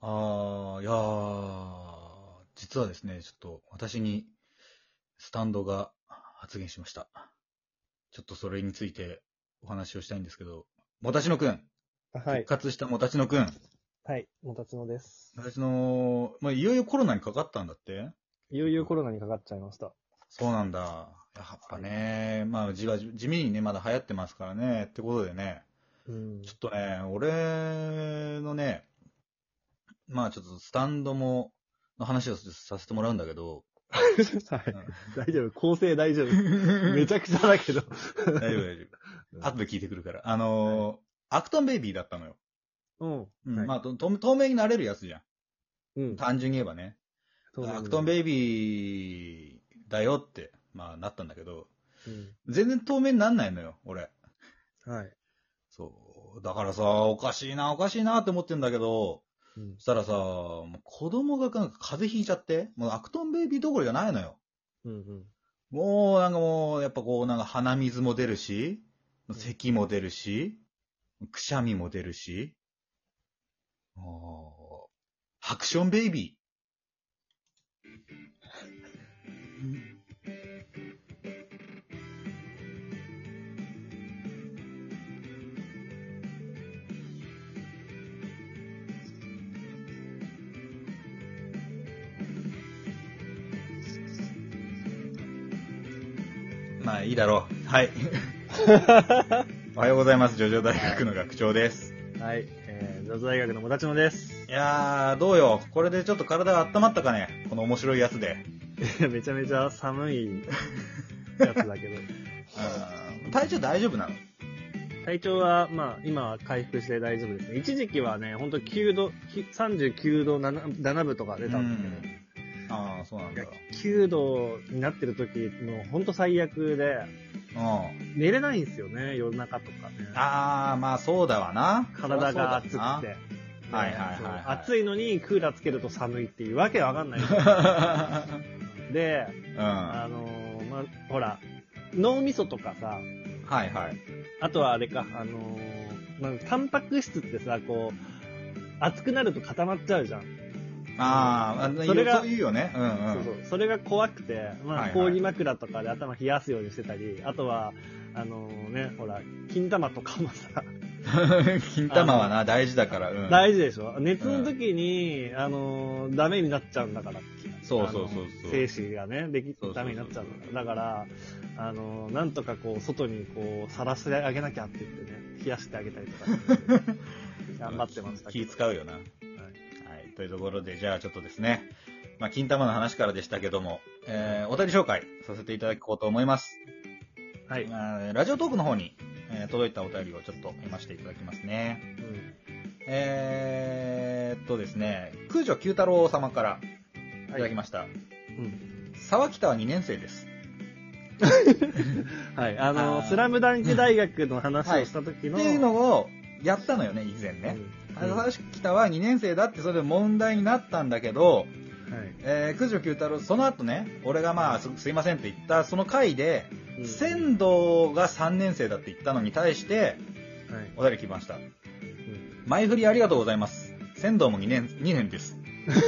いやー、実はですね、ちょっと私にスタンドが発言しました。ちょっとそれについてお話をしたいんですけど、もたちのくん、復はい。 活したもたちのくん、 はい。もたつのです。 私の、いよいよコロナにかかったんだって。 いよいよコロナにかかっちゃいました。 そうなんだ。やっぱね、地味にね、まだ流行ってますからね、ってことでね、 うん。 ちょっとね、俺のね、ちょっとスタンドの話をさせてもらうんだけど、 はい。大丈夫。構成大丈夫。めちゃくちゃだけど。 大丈夫、大丈夫。後で聞いてくるから。アクトンベイビーだったのよ。 うん。 うん。 はい。 透明になれるやつじゃうん。 ん。単純に言えばね。アクトンベイビーだよって、なったんだけど、 うん。 全然透明になんないのよ、俺。 はい。 そう。だからさ、おかしいなって思ってんだけど、 うん。 そしたらさ、もう子供がなんか風邪ひいちゃって、もうアクトンベイビーどころじゃないのよ。 うん。 もうやっぱ鼻水も出るし、咳も出るし、くしゃみも出るし、ハクションベイビー。まあいいだろう。はい。おはようございます。ジョジョ大学の学長です。 はい。ジョジョ大学のもたちのです。 いやー、どうよ。これでちょっと体が温まったかね。この面白いやつで。 めちゃめちゃ寒いやつだけど。 体調大丈夫なの？ 体調は、今は回復して大丈夫ですね。一時期はね、ほんと9度、39度7分とか出たんだけど。 そうなんだ。 9度になってる時、もうほんと最悪で、寝れないんですよね、夜中とかね。 そうだわな。 体が熱くて。 はい。 暑いのにクーラーつけると寒いっていうわけわかんない。で、ほら、脳みそとかさ、 はいはい。 あとはあれか、タンパク質ってさ、熱くなると固まっちゃうじゃん。 それが、そういうよね。 そう。それが怖くて、氷枕とかで頭冷やすようにしてたり、あとは、ほら、金玉とかもさ、 金玉はな、大事だから。 大事でしょ？熱の時に、ダメになっちゃうんだから。 そう。 精子がね、ダメになっちゃうんだから。だから、なんとか外にさらしてあげなきゃって言ってね、冷やしてあげたりとか、頑張ってましたけど。 気使うよな。はい。というところで、じゃあちょっとですね、金玉の話からでしたけども、お便り紹介させていただこうと思います。 はい。 ラジオトークの方に、届いたお便りをちょっと読ませていただきますね。ですね、空女九太郎様からいただきました。沢北は2年生です。 はい。スラムダンク大学の話をした時の、 っていうのをやったのよね、以前ね。沢北は2年生だってそれで問題になったんだけど、空女九太郎、その後ね、俺がすいませんって言ったその回で、仙道が3年生だって言ったのに対して、お便り来ました。前振りありがとうございます。仙道も2年です。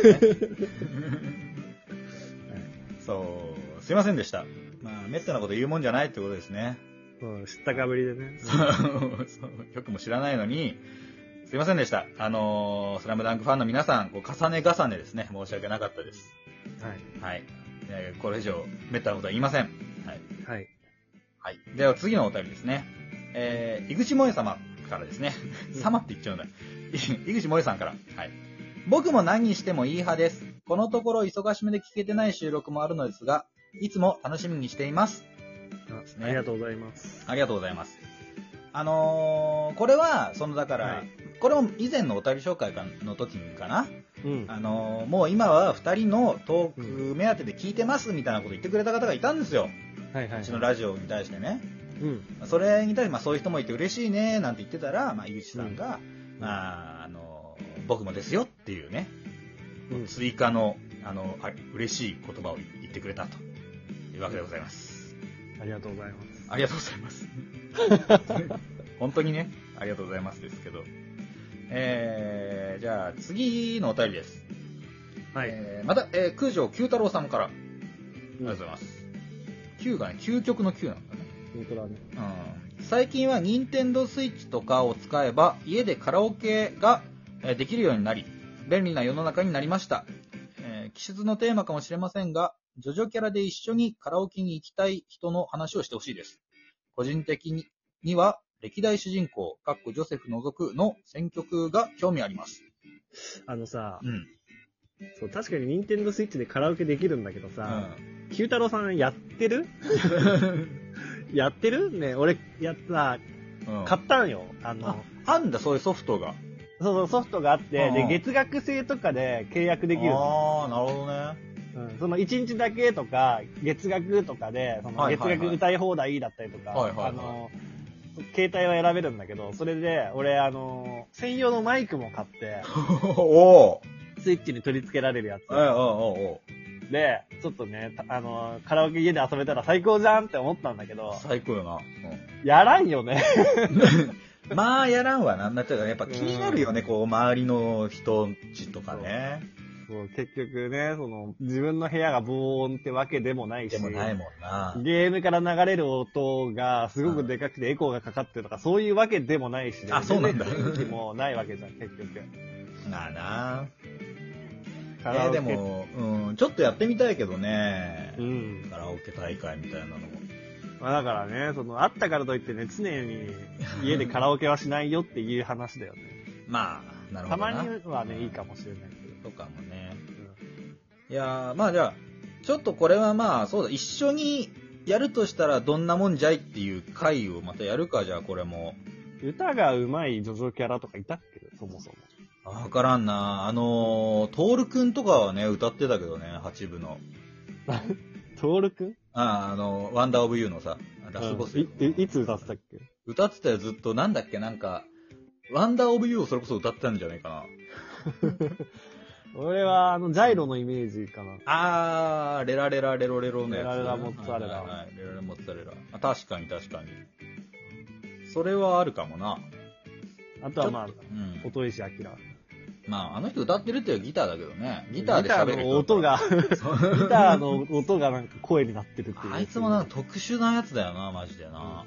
そう、すいませんでした。めったなこと言うもんじゃないってことですね。 知ったかぶりでね。 よくも知らないのに、すいませんでした。スラムダンクファンの皆さん、重ね重ねですね、申し訳なかったです。はい。これ以上、めったなことは言いません。はい。では次のお便りですね。井口萌様からですね。様って言っちゃうんだ。井口萌さんから。はい。僕も何してもいい派です。このところ忙しめで聞けてない収録もあるのですが、いつも楽しみにしています。 ありがとうございます。 ありがとうございます。これは、だから、これも以前のお便り紹介の時かな。もう今は2人のトーク目当てで聞いてますみたいなこと言ってくれた方がいたんですよ。うちのラジオに対してね。それに対して、そういう人もいて嬉しいねなんて言ってたら、井口さんが、僕もですよっていうね、追加の、嬉しい言葉を言ってくれたというわけでございます。 ありがとうございます。 ありがとうございます。本当にね、ありがとうございますですけど。じじゃあ次のお便りです。 はい。 また、空城九太郎さんから。ありがとうございます。9がね、究極の9なんだね。 本当だね。 最近は任天堂スイッチとかを使えば家でカラオケができるようになり、便利な世の中になりました。季節のテーマかもしれませんが、ジョジョキャラで一緒にカラオケに行きたい人の話をしてほしいです。個人的には歴代主人公、ジョセフ除くの選曲が興味あります。 さ、そう、確かに任天堂スイッチでカラオケできるんだけどさ、九太郎さんやってるやってるね、俺、買ったんよ。 あんだ、そういうソフトが。 そう、ソフトがあって、で、月額制とかで契約できるの。 ああ、なるほどね。 その1日だけとか、月額とかで、その月額歌い放題だったりとか、携帯は選べるんだけど、それで、俺、専用のマイクも買って、スイッチに取り付けられるやつ。で、ちょっとね、カラオケ家で遊べたら最高じゃんって思ったんだけど。 最高よな。 やらんよね。 まあ、やらんわな。やっぱ気になるよね、こう、周りの人んちとかね。 そう、結局ね、自分の部屋が防音ってわけでもないし。 でもないもんな。 ゲームから流れる音がすごくでかくてエコーがかかってるとか、そういうわけでもないしね。 あ、そうなんだ。 雰囲気もないわけじゃん、結局。 なあなあ。でも、ちょっとやってみたいけどね。カラオケ大会みたいなのも。 まあだからね、あったからといってね、常に家でカラオケはしないよっていう話だよね。 まあ、なるほどな。 たまにはね、いいかもしれないけど。 とかもね。いやー、まあじゃあ、ちょっとこれはまあ、そうだ、一緒にやるとしたらどんなもんじゃいっていう回をまたやるか、じゃあこれも。 歌が上手いジョジョキャラとかいたっけ、そもそも。 わからんな。トールくんとかはね、歌ってたけどね、8部の。 トールくん？ ワンダーオブユーのさ、ラスボス。 いつ歌ってたっけ？ 歌ってたよ、ずっと。なんだっけ、ワンダーオブユーをそれこそ歌ってたんじゃないかな。 俺は、ジャイロのイメージかな。 レラレラレロレロのやつ。 レラレラモッツァレラ。 はい、レラレラモッツァレラ。確かに。それはあるかもな。 あとはまあ、音石明。 まあ、あの人歌ってるっていうギターだけどね。ギターで喋る人。 ギターの音がなんか声になってるっていう。 あいつもなんか特殊なやつだよな、マジでな。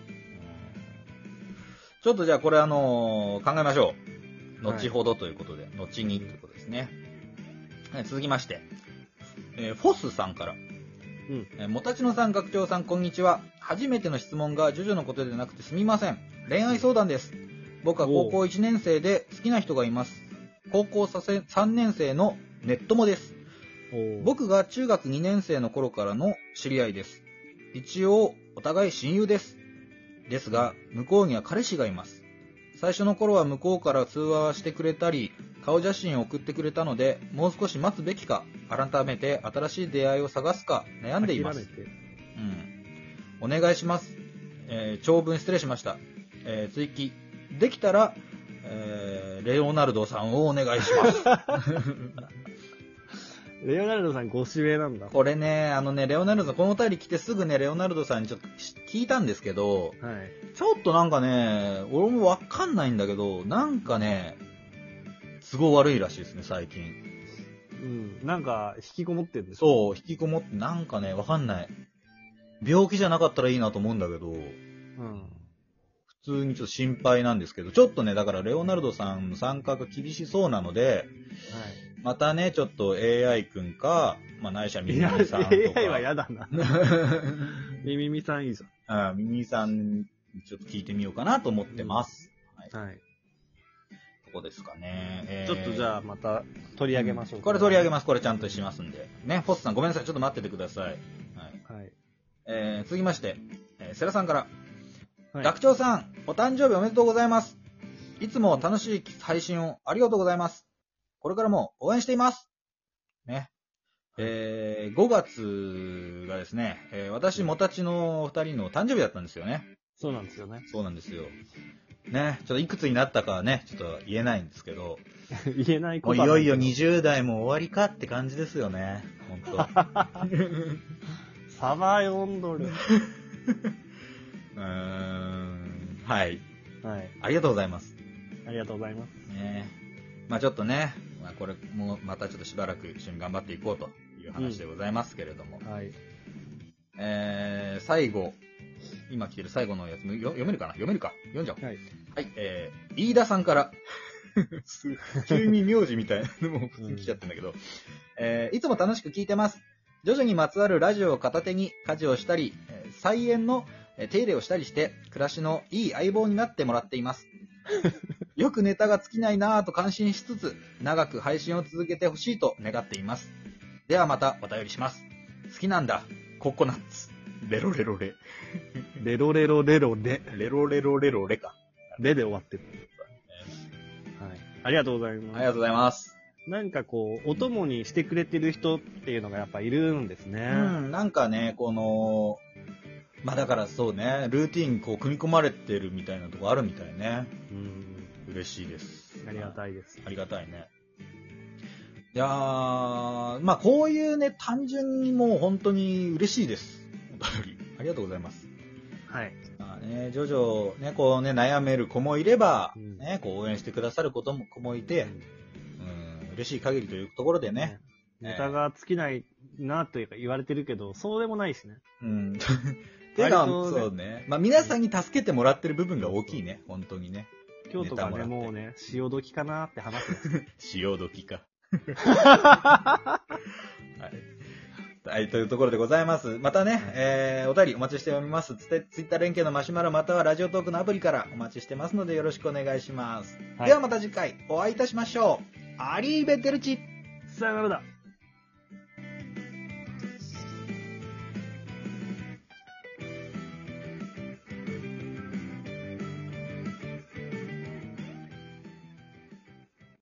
ちょっとじゃあこれ考えましょう。後ほどということで、後にということですね。続きまして、フォスさんから。もたちのさん、学長さん、こんにちは。初めての質問がジョジョのことでなくてすみません。恋愛相談です。僕は高校1年生で好きな人がいます。高校3年生のネッ友です。僕が中学2年生の頃からの知り合いです。一応お互い親友です。ですが、向こうには彼氏がいます。最初の頃は向こうから通話してくれたり、顔写真を送ってくれたので、もう少し待つべきか、改めて新しい出会いを探すか悩んでいます。お願いします。長文失礼しました。追記できたら、レオナルドさんをお願いします。 レオナルドさんご指名なんだ。 これね、レオナルドさん、このお便り来てすぐね、レオナルドさんにちょっと聞いたんですけど、ちょっとなんかね、俺もわかんないんだけど、なんかね、都合悪いらしいですね、最近。 なんか、引きこもってるんですそう、引きこもって、なんかね、わかんない。病気じゃなかったらいいなと思うんだけど、普通にちょっと心配なんですけど、ちょっとね、だからレオナルドさんの参加が厳しそうなので、またね、ちょっと AI 君か、まあ、ないしはミミミさんとか。 AI は嫌だな。ミミミさんいいじゃん。ミミミさん、ちょっと聞いてみようかなと思ってます。 はい。 ここですかね。 ちょっとじゃあまた取り上げましょうか。 これ取り上げます。これちゃんとしますんで。ね、フォスさんごめんなさい。ちょっと待っててください。 はい。 続きまして、セラさんから。学長さん、お誕生日おめでとうございます。いつも楽しい配信をありがとうございます。これからも応援しています。ね。5月がですね、私、もたちの2人の誕生日だったんですよね。 そうなんですよね。 そうなんですよ。ね、ちょっといくつになったかはね、ちょっと言えないんですけど。 言えないこともういよいよ20代も終わりかって感じですよね。ほんと。 サバ読んどる。 はい。 はい。 ありがとうございます。 ありがとうございます。 ねまあちょっとね、まあこれもまたちょっとしばらく一緒に頑張っていこうという話でございますけれども。 はい。 最後、今来てる最後のやつ読めるかな、読んじゃおう。 はい。 はい、飯田さんから、急に名字みたいなのも普通に来ちゃってんだけど、いつも楽しく聞いてます。徐々にまつわるラジオを片手に家事をしたり、菜園の手入れをしたりして、暮らしのいい相棒になってもらっています。よくネタが尽きないなぁと感心しつつ、長く配信を続けてほしいと願っています。ではまたお便りします。好きなんだ。ココナッツ。レロレロレ。 レロレロレロレ。 レロレロレロレか。 レで終わってる。はい。ありがとうございます。 ありがとうございます。 なんかこう、お供にしてくれてる人っていうのがやっぱいるんですね。 なんかね、まあだからそうね、ルーティンこう組み込まれてるみたいなとこあるみたいね。嬉しいです。 ありがたいです。 ありがたいね。いやー、まあこういうね、単純にもう本当に嬉しいです。お便り。ありがとうございます。 はい。 まあね、徐々ね、こうね、悩める子もいれば、ね、こう応援してくださる子もいて、嬉しい限りというところでね。 ネタが尽きないなというか言われてるけど、そうでもないしね。 てか、そうね。まあ皆さんに助けてもらってる部分が大きいね、本当にね。 今日とかね、もうね、潮時かなって話してます。 潮時か。はい。はい、というところでございます。またね、お便りお待ちしております。ツイッター連携のマシュマロまたはラジオトークのアプリからお待ちしてますのでよろしくお願いします。はい、ではまた次回お会いいたしましょう。アリーベデルチ。 さよならだ。